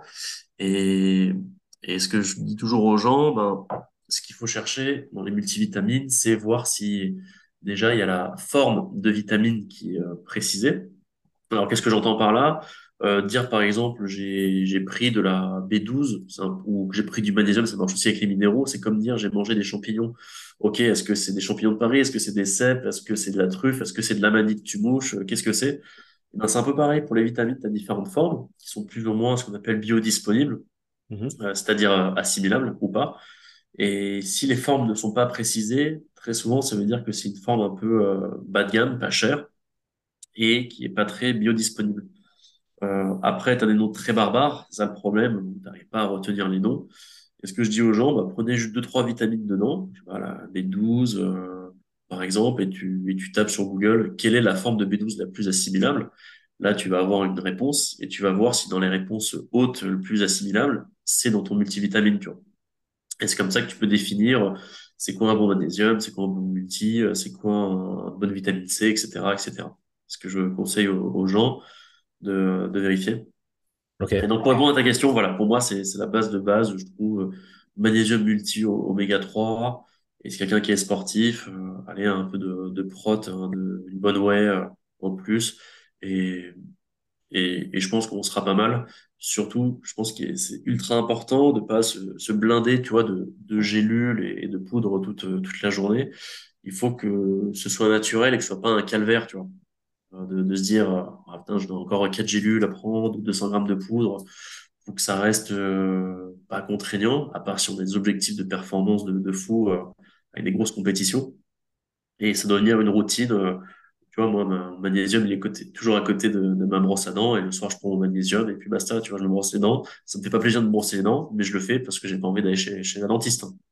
Et, et ce que je dis toujours aux gens, ben, ce qu'il faut chercher dans les multivitamines, c'est voir si déjà il y a la forme de vitamine qui est euh, précisée. Alors, qu'est-ce que j'entends par là? Euh, dire par exemple, j'ai j'ai pris de la B douze c'est un- ou que j'ai pris du magnésium, ça marche aussi avec les minéraux. C'est comme dire j'ai mangé des champignons. Ok, est-ce que c'est des champignons de Paris? Est-ce que c'est des cèpes? Est-ce que c'est de la truffe? Est-ce que c'est de l'amanite tu-mouches? Euh, Qu'est-ce que c'est? Eh ben, c'est un peu pareil pour les vitamines. Tu as différentes formes qui sont plus ou moins ce qu'on appelle biodisponibles, Mhm. euh, c'est-à-dire euh, assimilables ou pas. Et si les formes ne sont pas précisées, très souvent, ça veut dire que c'est une forme un peu euh, bas de gamme, pas chère et qui est pas très biodisponible. Euh, après, tu as des noms très barbares, c'est ça le problème, tu n'arrives pas à retenir les noms. Et ce que je dis aux gens, bah, prenez juste deux, trois vitamines dedans, voilà, B douze, euh, par exemple, et tu, et tu tapes sur Google quelle est la forme de B douze la plus assimilable. Là, tu vas avoir une réponse et tu vas voir si dans les réponses hautes, le plus assimilable, c'est dans ton multivitamine, tu vois. Et c'est comme ça que tu peux définir c'est quoi un bon magnésium, c'est quoi un bon multi, euh, c'est quoi un, une bonne vitamine C, et cetera, et cetera. Ce que je conseille aux, aux gens de, de vérifier. Ok. Et donc, pour répondre à ta question, voilà, pour moi, c'est, c'est la base de base. Je trouve euh, magnésium multi o- oméga trois. Et si quelqu'un qui est sportif, euh, allez, un peu de, de prot, hein, de, une bonne whey euh, en plus. Et, et, et je pense qu'on sera pas mal. Surtout, je pense que c'est ultra important de pas se, se blinder, tu vois, de, de gélules et, et de poudre toute, toute la journée. Il faut que ce soit naturel et que ce soit pas un calvaire, tu vois. Euh, de, de se dire, euh, ah, putain, je dois encore quatre gélules à prendre, deux cents grammes de poudre. Faut que ça reste euh, pas contraignant, à part si on a des objectifs de performance de, de fou euh, avec des grosses compétitions. Et ça doit devenir une routine. euh, tu vois, moi, mon magnésium, il est côté, toujours à côté de, de ma brosse à dents. Et le soir, je prends mon magnésium et puis basta, tu vois, je me brosse les dents. Ça me fait pas plaisir de me brosser les dents, mais je le fais parce que j'ai pas envie d'aller chez, chez la dentiste, hein.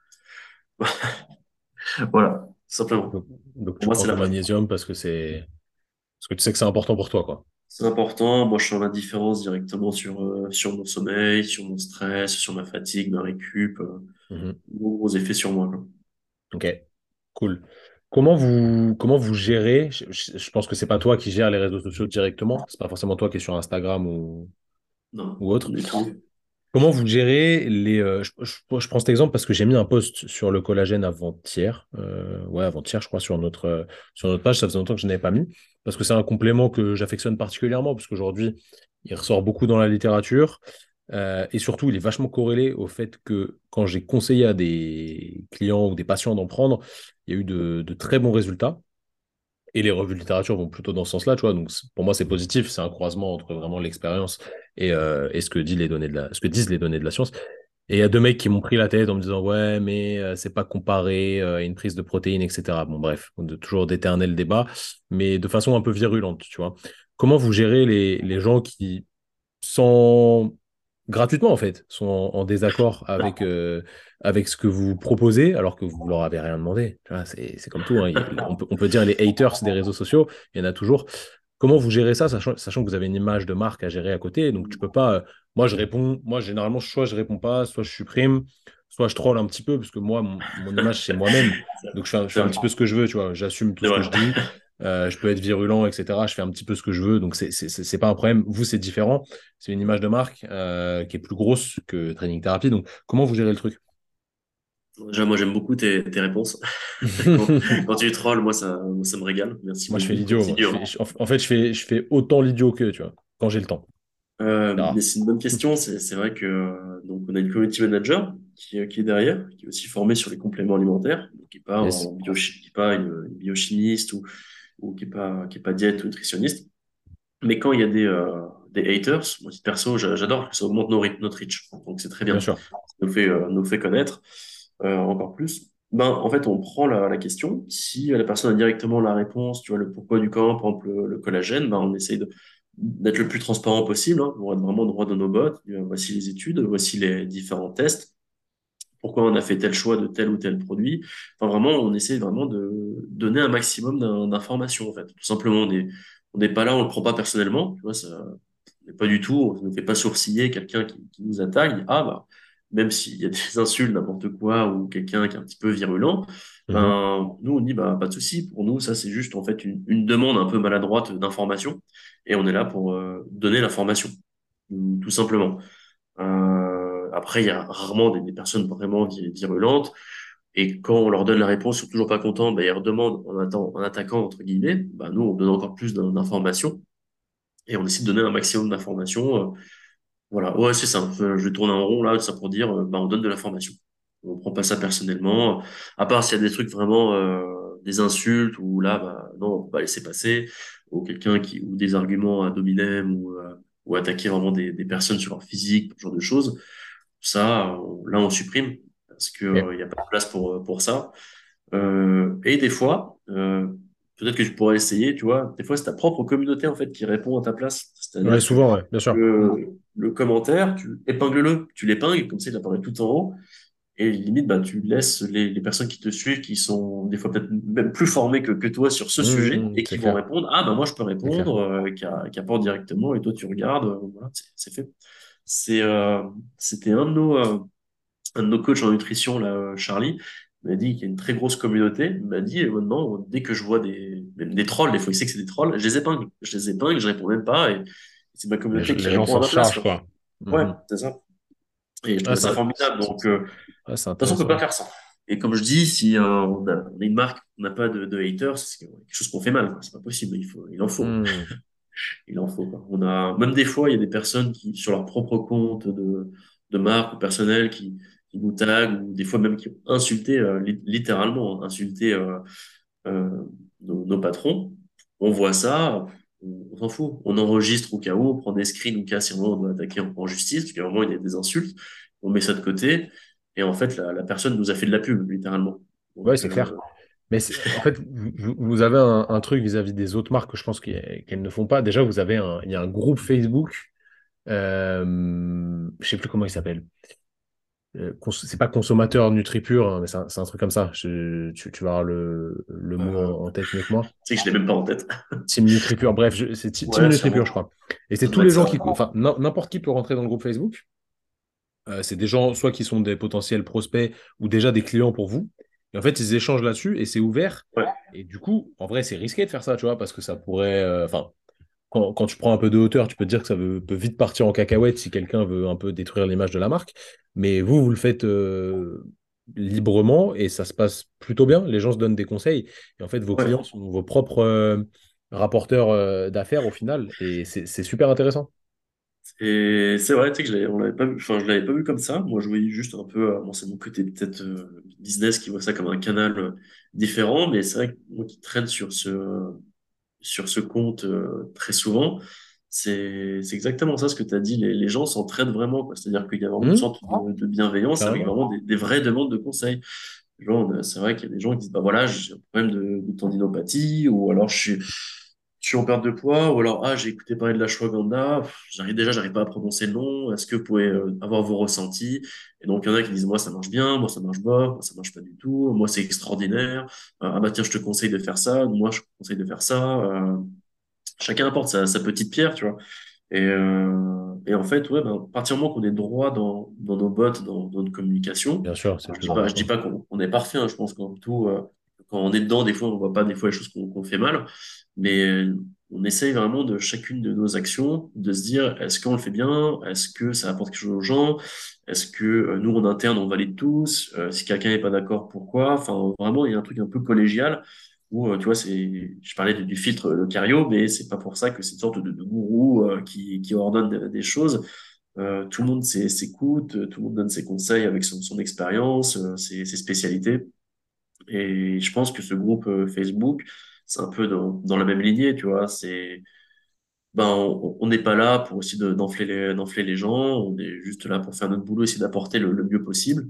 Voilà, tout simplement. Donc, donc Pour tu moi, prends c'est la ton base. magnésium parce que c'est parce que tu sais que c'est important pour toi, quoi. C'est important. Moi, je sens la différence directement sur, euh, sur mon sommeil, sur mon stress, sur ma fatigue, ma récup. Euh, Mhm. gros, gros effets sur moi, quoi. Ok, cool. Comment vous comment vous gérez? Je, je- je pense que c'est pas toi qui gères les réseaux sociaux directement. C'est pas forcément toi qui es sur Instagram ou, Non, ou autre. du tout. Comment vous gérez les... euh, je, je- je prends cet exemple parce que j'ai mis un post sur le collagène avant-hier. Euh, ouais, avant-hier, je crois, sur notre, euh, sur notre page. Ça faisait longtemps que je n'avais pas mis. Parce que c'est un complément que j'affectionne particulièrement, parce qu'aujourd'hui, il ressort beaucoup dans la littérature. Euh, et surtout, il est vachement corrélé au fait que quand j'ai conseillé à des clients ou des patients d'en prendre, il y a eu de, de très bons résultats. Et les revues de littérature vont plutôt dans ce sens-là, tu vois. Donc, c'est- pour moi, c'est positif. C'est un croisement entre vraiment l'expérience et, euh, et ce que dit les données de la, ce que disent les données de la science. Et il y a deux mecs qui m'ont pris la tête en me disant, ouais, mais euh, c'est pas comparé euh, à une prise de protéines, et cetera. Bon, bref, de, toujours d'éternels débats, mais de façon un peu virulente, tu vois. Comment vous gérez les, les gens qui, sans gratuitement en fait, sont en, en désaccord avec, euh, avec ce que vous proposez alors que vous leur avez rien demandé. Tu vois, c'est, c'est comme tout, hein. Il- On peut, on peut dire les haters des réseaux sociaux, il y en a toujours. Comment vous gérez ça, sachant, sachant que vous avez une image de marque à gérer à côté, donc tu peux pas. euh, moi, je réponds, moi, généralement, soit je réponds pas, soit je supprime, soit je troll un petit peu, parce que moi, mon, mon image, c'est moi-même. Donc, je fais, un, je fais C'est un vrai. petit peu ce que je veux, tu vois. J'assume tout C'est ce que vrai. je dis. Euh, je peux être virulent, et cetera. Je fais un petit peu ce que je veux, donc c'est c'est c'est- c'est pas un problème. Vous, c'est différent. C'est une image de marque euh, qui est plus grosse que Training Therapy. Donc, comment vous gérez le truc? Déjà, moi, j'aime beaucoup tes, tes réponses. Quand, quand tu trolls, moi, ça, moi, ça me régale. Merci Moi, je fais beaucoup. l'idiot. Moi. Continue, Je hein. fais, je- en en fait, je fais, je fais autant l'idiot que, tu vois, quand j'ai le temps. Euh, C'est mais rare. c'est une bonne question. C'est, c'est vrai que euh, donc on a une community manager qui, est- qui est derrière, qui est aussi formée sur les compléments alimentaires, donc qui est pas Yes. en biochi- qui est pas une, une biochimiste ou, ou qui est pas qui est pas diète ou nutritionniste. Mais quand il y a des euh, des haters, moi titre perso, j'a- j'adore que ça augmente nos ri- notre reach. Donc c'est très Bien bien. sûr. Ça nous fait euh, nous fait connaître euh, encore plus. Ben, en fait, on prend la, la question. Si la personne a directement la réponse, tu vois, le pourquoi du comment, par exemple, le, le collagène, ben, on essaye de, d'être le plus transparent possible, hein, pour être vraiment droit dans nos bottes. Euh, Voici les études, voici les différents tests, pourquoi on a fait tel choix de tel ou tel produit. Enfin, vraiment, on essaie vraiment de donner un maximum d'in- d'informations, en fait. Tout simplement, on est, on n'est pas là, on le prend pas personnellement, tu vois, ça, mais pas du tout, on ne fait pas sourciller quelqu'un qui, qui nous attaque. Ah bah, même s'il y a des insultes, n'importe quoi, ou quelqu'un qui est un petit peu virulent, Mhm. ben, nous, on dit, bah, pas de souci. Pour nous, ça, c'est juste, en fait, une, une demande un peu maladroite d'information. Et on est là pour euh, donner l'information, tout tout simplement. Euh, après, il y a rarement des, des personnes vraiment vi- virulentes. Et quand on leur donne la réponse, ils sont toujours pas contents, ben, ils redemandent en, atta- en attaquant, entre guillemets. Ben, nous, on donne encore plus d'in- d'informations. Et on essaie de donner un maximum d'informations. euh, voilà, ouais, c'est ça. Je je vais tourner en rond là, ça pour dire, euh, bah, on donne de l'information. On prend pas ça personnellement. À part s'il y a des trucs vraiment, euh, des insultes ou là, bah, non, on peut pas laisser passer. Ou quelqu'un qui, ou des arguments ad hominem ou, euh, ou attaquer vraiment des, des personnes sur leur physique, ce genre de choses. Ça, on- là, on supprime parce que, Ok. euh, il y a pas de place pour, euh, pour ça. Euh, et des fois, euh, peut-être que tu pourrais essayer, tu vois, des fois, c'est ta propre communauté, en fait, qui répond à ta place. Ouais, C'est-à-dire que souvent, ouais, bien sûr. le, le commentaire, tu épingles-le, tu l'épingles, comme ça il apparaît tout en haut, et limite, bah, tu laisses les, les personnes qui te suivent, qui sont des fois peut-être même plus formées que, que toi sur ce sujet, Mhm, et c'est qui vont clair, répondre, ah bah moi je peux c'est clair. répondre, euh, qui, a- qui apporte directement, et toi tu regardes, euh, voilà, c'est c'est fait. C'est, euh, c'était un de nos, euh, un de nos coachs en nutrition, là, euh, Charlie, m'a dit qu'il y a une très grosse communauté. Il m'a dit, euh, maintenant, dès que je vois des, même des trolls, des fois il sait que c'est des trolls, je les épingle. Je les épingle, je réponds même pas, et c'est ma Les, communauté qui les gens répond à s'en ma place, chargent, quoi. quoi. Ouais, Mhm. c'est ça. Et je Ah, trouvais ça ça, formidable. c'est Donc, euh, de toute ah, c'est façon, on peut pas intéressant. faire ça. Et comme je dis, si euh, on a, on a une marque, on n'a pas de, de haters, c'est quelque chose qu'on fait mal, quoi. C'est pas possible. Il faut, il en faut. Mhm. Il en faut, quoi. On a, même des fois, il y a des personnes qui, sur leur propre compte de, de marque ou personnel, qui, qui nous taguent, ou des fois même qui ont insulté, euh, li- littéralement, hein, insulté euh, euh, nos, nos patrons. On voit ça, on, on s'en fout. On enregistre au cas où, on prend des screens au cas si vraiment on doit attaquer en, en justice, parce qu'à un moment, il y a des insultes. On met ça de côté, et en fait, la, la personne nous a fait de la pub, littéralement. Ouais, Donc, c'est clair. euh, Mais c'est- en fait, vous, vous avez un, un truc vis-à-vis des autres marques que je pense qu'elles qu'elles ne font pas. Déjà, vous avez un, il y a un groupe Facebook, euh, je sais plus comment il s'appelle. Euh, cons- c'est pas consommateur NutriPure, hein, mais c'est un, c'est un truc comme ça. Je- tu, tu vas avoir le, le mot euh, en, en tête mieux que moi. tu sais que je l'ai même pas en tête. Team NutriPure, bref, je- c'est Ti- Team Ouais, NutriPure, je sûrement. crois. Et c'est Ça tous doit les être gens ça. qui, enfin, n'im- n'importe qui peut rentrer dans le groupe Facebook. Euh, c'est des gens, soit qui sont des potentiels prospects ou déjà des clients pour vous. Et en fait, ils échangent là-dessus et c'est ouvert. Ouais, Et du coup, en vrai, c'est risqué de faire ça, tu vois, parce que ça pourrait. euh, Enfin, quand, quand tu prends un peu de hauteur, tu peux te dire que ça veut- peut vite partir en cacahuète si quelqu'un veut un peu détruire l'image de la marque. Mais vous, vous le faites euh, librement et ça se passe plutôt bien. Les gens se donnent des conseils. Et en fait, vos ouais. clients sont vos propres euh, rapporteurs euh, d'affaires au final. Et c'est c'est super intéressant. Et c'est vrai, tu sais que je l'avais, on l'avait pas vu, enfin, je l'avais pas vu comme ça. Moi, je voyais juste un peu, euh, bon, c'est mon côté peut-être euh, business qui voit ça comme un canal euh, différent, mais c'est vrai que moi qui traîne sur ce, sur ce compte euh, très souvent, c'est, c'est exactement ça ce que tu as dit. Les, les gens s'entraident vraiment, quoi. C'est-à-dire qu'il y a vraiment une Hum, sorte de, de bienveillance avec carrément. vraiment des, des vraies demandes de conseils. Genre, on a- c'est vrai qu'il y a des gens qui disent, bah voilà, j'ai un problème de, de tendinopathie, ou alors je suis, je suis en perte de poids, ou alors, ah, j'ai écouté parler de la ashwagandha, pff, j'arrive déjà, j'arrive pas à prononcer le nom, est-ce que vous pouvez euh, avoir vos ressentis? Et donc, il y en a qui disent, moi, ça marche bien, moi, ça marche pas, moi, ça marche pas du tout, moi, c'est extraordinaire, Euh, ah bah tiens, je te conseille de faire ça, moi, je te conseille de faire ça, euh, chacun apporte sa, sa petite pierre, tu vois. Et, euh, et en fait, ouais, ben, à partir du moment qu'on est droit dans, dans nos bottes, dans, dans notre communication, Bien sûr, c'est le alors, je plus dis pas, je dis important. pas qu'on on est parfait, hein, je pense qu'en tout, euh, quand on est dedans, des fois, on voit pas des fois les choses qu'on qu'on fait mal, mais euh, on essaye vraiment de chacune de nos actions, de se dire, est-ce qu'on le fait bien? Est-ce que ça apporte quelque chose aux gens? Est-ce que euh, nous, en interne, on valide tous? Euh, si quelqu'un n'est pas d'accord, pourquoi? Enfin, vraiment, il y a un truc un peu collégial où, euh, tu vois, c'est, je parlais du, du filtre le Cario, mais c'est pas pour ça que c'est une sorte de, de gourou euh, qui, qui ordonne des, des choses. Euh, tout le monde s'é- s'écoute, euh, tout le monde donne ses conseils avec son, son expérience, euh, ses, ses spécialités. Et je pense que ce groupe euh, Facebook, c'est un peu dans, dans la même lignée, tu vois. C'est, ben, on on n'est pas là pour aussi de- d'enfler les, d'enfler les gens, on est juste là pour faire notre boulot, essayer d'apporter le, le mieux possible.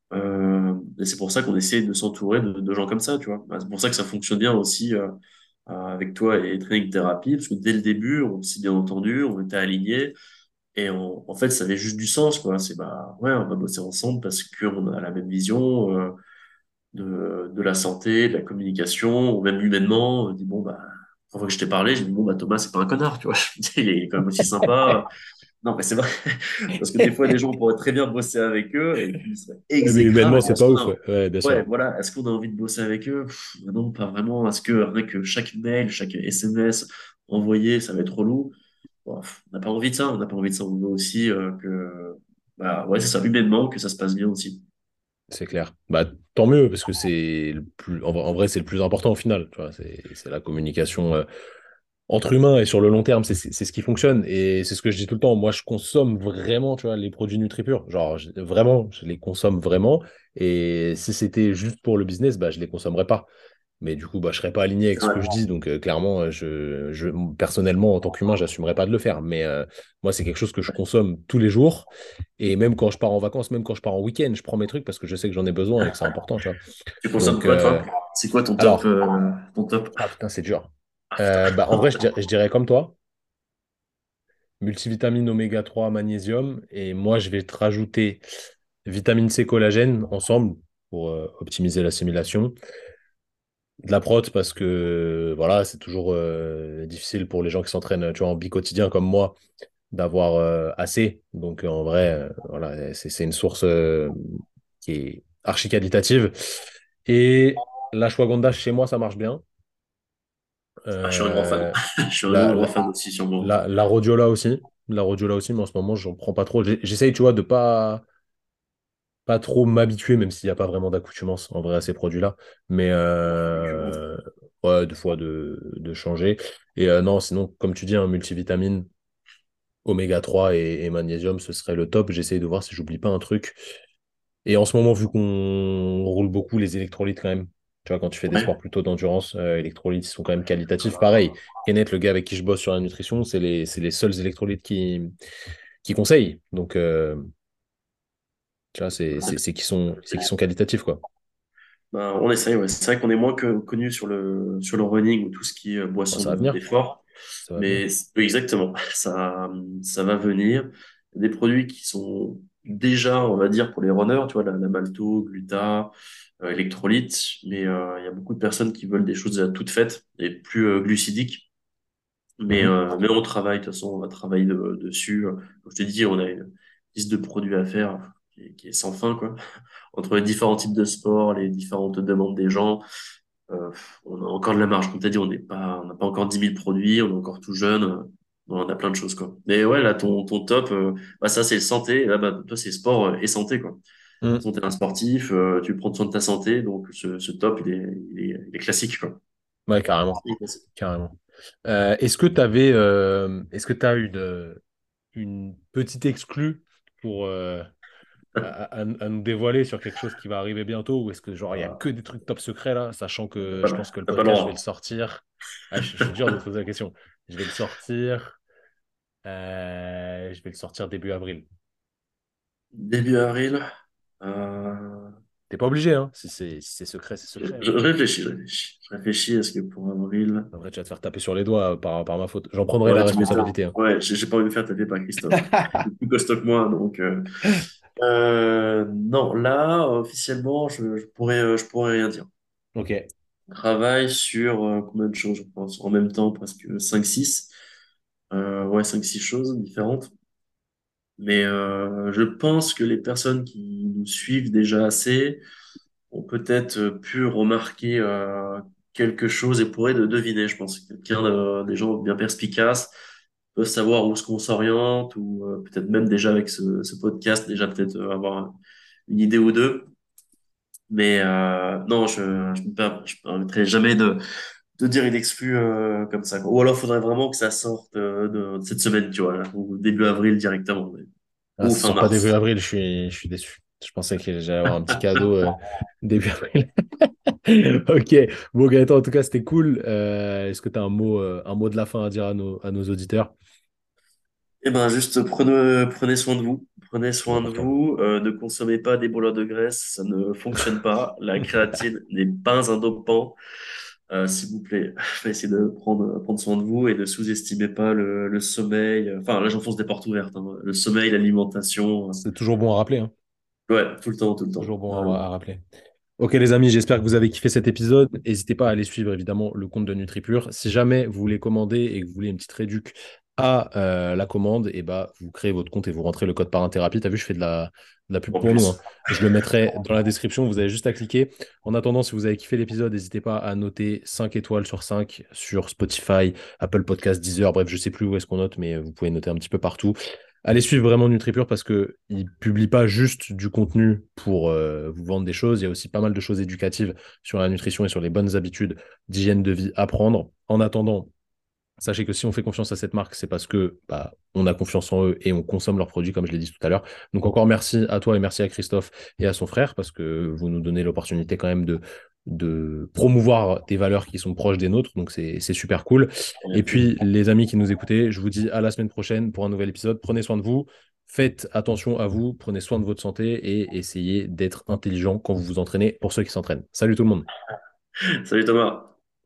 Euh, et c'est pour ça qu'on essaie de s'entourer de, de gens comme ça, tu vois. Bah, c'est pour ça que ça fonctionne bien aussi euh, euh, avec toi et Training Therapy, parce que dès le début, on s'est bien entendu, on était alignés, et on- en fait, ça avait juste du sens, quoi. C'est bah ouais, on va bosser ensemble parce qu'on a la même vision euh, de, de la santé, de la communication, ou même humainement. On dit bon bah, la fois que je t'ai parlé, j'ai dit bon bah Thomas, c'est pas un connard, tu vois. Je me dis, il est quand même aussi sympa. Non, mais c'est vrai. Parce que des fois, des gens pourraient très bien bosser avec eux et puis ils seraient Ouais, mais exécrables. humainement, Et c'est est-ce pas qu'on ouf, a, ouais. Ouais, bien ouais, sûr. voilà, est-ce qu'on a envie de bosser avec eux? Pff, non, pas vraiment. Est-ce que rien que chaque mail, chaque S M S envoyé, ça va être relou? Bon, pff, on n'a pas envie de ça. On n'a pas envie de ça. On veut aussi euh, que, bah, ouais, c'est ça, humainement, que ça se passe bien aussi. C'est clair. Bah, tant mieux, parce que c'est le plus, en, vrai, en vrai, c'est le plus important au final. Tu vois, c'est, c'est la communication euh, entre humains et sur le long terme, c'est c'est- c'est ce qui fonctionne. Et c'est ce que je dis tout le temps. Moi, je consomme vraiment, tu vois, les produits NutriPure. Genre, je- vraiment, je les consomme vraiment. Et si c'était juste pour le business, bah, je les consommerais pas. Mais du coup, bah, je serais pas aligné avec C'est ce vrai. que je dis. Donc, euh, clairement, euh, je, je, personnellement, en tant qu'humain, j'assumerais pas de le faire. Mais euh, moi, c'est quelque chose que je consomme tous les jours. Et même quand je pars en vacances, même quand je pars en week-end, je prends mes trucs parce que je sais que j'en ai besoin et que c'est important, tu vois. Tu consommes Donc, quoi, euh, toi? C'est quoi ton top, alors, euh, ton top? ah putain, c'est dur. Ah, putain. Euh, bah, en vrai, je dirais, je dirais comme toi, multivitamine oméga trois magnésium. Et moi, je vais te rajouter vitamine C, collagène ensemble pour euh, optimiser l'assimilation. De la prot parce que voilà, c'est toujours euh, difficile pour les gens qui s'entraînent, tu vois, en bi-quotidien comme moi, d'avoir euh, assez. Donc euh, en vrai, euh, voilà, c'est c'est une source euh, qui est archi qualitative. Et l'ashwagandha chez moi, ça marche bien. Ah, je suis un grand fan. Euh, Je suis un grand, la, grand la, fan aussi, sûrement. la, la rhodiola aussi. La rhodiola aussi, mais en ce moment, j'en prends pas trop. J'ai- J'essaye, tu vois, de pas pas trop m'habituer, même s'il n'y a pas vraiment d'accoutumance en vrai à ces produits-là. Mais euh, ouais, deux fois de, de changer. Et euh, non, sinon, comme tu dis, un multivitamine, oméga trois et, et magnésium, ce serait le top. J'essaye de voir si j'oublie pas un truc. Et en ce moment, vu qu'on roule beaucoup les électrolytes quand même, tu vois, quand tu fais des sports Ouais. plutôt d'endurance, euh, électrolytes, ils sont quand même qualitatifs. Pareil, Kenneth, le gars avec qui je bosse sur la nutrition, c'est les, c'est les seuls électrolytes qui, qui conseillent. Donc, euh, tu vois, c'est c'est- c'est qu'ils sont, c'est qu'ils sont qualitatifs, quoi. Ben, on essaye, ouais. C'est vrai qu'on est moins que connu sur le, sur le running ou tout ce qui est euh, Bon, boisson ça va de- venir. d'effort. Ça va venir. Mais c- oui, exactement, ça, ça va venir. Des produits qui sont déjà, on va dire, pour les runners, tu vois, la, la malto, gluta, euh, électrolyte. Mais euh, il y a beaucoup de personnes qui veulent des choses déjà toutes faites et plus euh, glucidiques. Mais, Mhm. euh, mais on travaille, de toute façon, on va travailler de- dessus. Comme je te dis, on a une liste de produits à faire qui est, qui est sans fin, quoi. Entre les différents types de sports, les différentes demandes des gens, euh, on a encore de la marge. Comme tu as dit, on n'est pas, on n'a pas encore dix mille produits, on est encore tout jeune. euh, on a plein de choses, quoi. Mais ouais, là, ton, ton top, euh, bah, ça, c'est santé. Et là, bah, toi, c'est sport euh, et santé, quoi. De toute Mhm. façon, t'es un sportif, euh, tu prends soin de ta santé, donc ce, ce top, il est, il est, il est classique, quoi. Ouais, carrément. Il est classique. Carrément. Euh, est-ce que tu avais, euh, est-ce que tu as une, une petite exclue pour, euh, à, à- à nous dévoiler sur quelque chose qui va arriver bientôt ou est-ce que genre il y a que Ah, des trucs top secrets là, sachant t'as que je pense pas, que le t'as pas le podcast, je vais le droit. sortir. Ah, je, je suis dur de te poser la question. Je vais le sortir, euh, je vais le sortir début avril. Début avril, euh, T'es pas obligé, hein. Si c'est si c'est secret, c'est je, secret, je hein. réfléchis, je réfléchis. Je réfléchis, est-ce que pour avril, Après, tu vas te faire taper sur les doigts euh, par, par ma faute. J'en prendrai la ouais, tu m'étonnes. responsabilité, hein. Ouais, j'ai j'ai pas envie de me faire taper par Christophe. Il est plus costaud que moi, donc. euh, Euh, non, là, officiellement, je, je pourrais, euh, je pourrais rien dire. Ok. On travaille sur euh, combien de choses, je pense, en même temps, presque cinq six Euh, ouais, cinq six choses différentes. Mais euh, je pense que les personnes qui nous suivent déjà assez ont peut-être euh, pu remarquer euh, quelque chose et pourraient de deviner, je pense. Quelqu'un de, des gens bien perspicaces peut savoir où est-ce qu'on s'oriente ou euh, peut-être même déjà avec ce, ce podcast, déjà peut-être euh, avoir une idée ou deux. Mais euh, non, je je me per- je me permettrai jamais de, de dire une exclue euh, comme ça, quoi. Ou alors, il faudrait vraiment que ça sorte euh, de, de cette semaine, tu vois, là, ou début avril directement, mais- Ah, ou ça fin sort pas début mars. avril, je suis, je suis déçu. Je pensais que j'allais avoir un petit cadeau euh, début avril. Ok, bon Gaëtan, en tout cas, c'était cool. Euh, est-ce que tu as un mot, euh, un mot de la fin à dire à nos, à nos auditeurs? Eh ben, juste prenez, prenez soin de vous. Prenez C'est soin de important. vous. Euh, ne consommez pas des brûleurs de graisse. Ça ne fonctionne pas. La créatine n'est pas un dopant. Euh, s'il vous plaît, essayez de prendre, prendre soin de vous et ne sous-estimez pas le, le sommeil. Enfin, là, j'enfonce des portes ouvertes, hein. Le sommeil, l'alimentation. C'est toujours bon à rappeler, hein. euh, Ouais, tout le temps, tout le temps. Toujours bon à, Vraiment. à rappeler. Ok les amis, j'espère que vous avez kiffé cet épisode. N'hésitez pas à aller suivre évidemment le compte de NutriPure. Si jamais vous voulez commander et que vous voulez une petite réduc à euh, la commande, et bah vous créez votre compte et vous rentrez le code Parinthérapie. T'as vu, je fais de la, de la pub En pour nous, hein. plus. Je le mettrai dans la description, vous avez juste à cliquer. En attendant, si vous avez kiffé l'épisode, n'hésitez pas à noter cinq étoiles sur cinq sur Spotify, Apple Podcast, Deezer, bref, je sais plus où est-ce qu'on note, mais vous pouvez noter un petit peu partout. Allez suivre vraiment NutriPure parce que il publie pas juste du contenu pour euh, vous vendre des choses. Il y a aussi pas mal de choses éducatives sur la nutrition et sur les bonnes habitudes d'hygiène de vie à prendre. En attendant, sachez que si on fait confiance à cette marque, c'est parce que bah, on a confiance en eux et on consomme leurs produits, comme je l'ai dit tout à l'heure. Donc encore merci à toi et merci à Christophe et à son frère parce que vous nous donnez l'opportunité quand même de, de promouvoir des valeurs qui sont proches des nôtres. Donc c'est c'est super cool. Et puis les amis qui nous écoutez, je vous dis à la semaine prochaine pour un nouvel épisode. Prenez soin de vous. Faites attention à vous, prenez soin de votre santé et essayez d'être intelligent quand vous vous entraînez pour ceux qui s'entraînent. Salut tout le monde. Salut Thomas.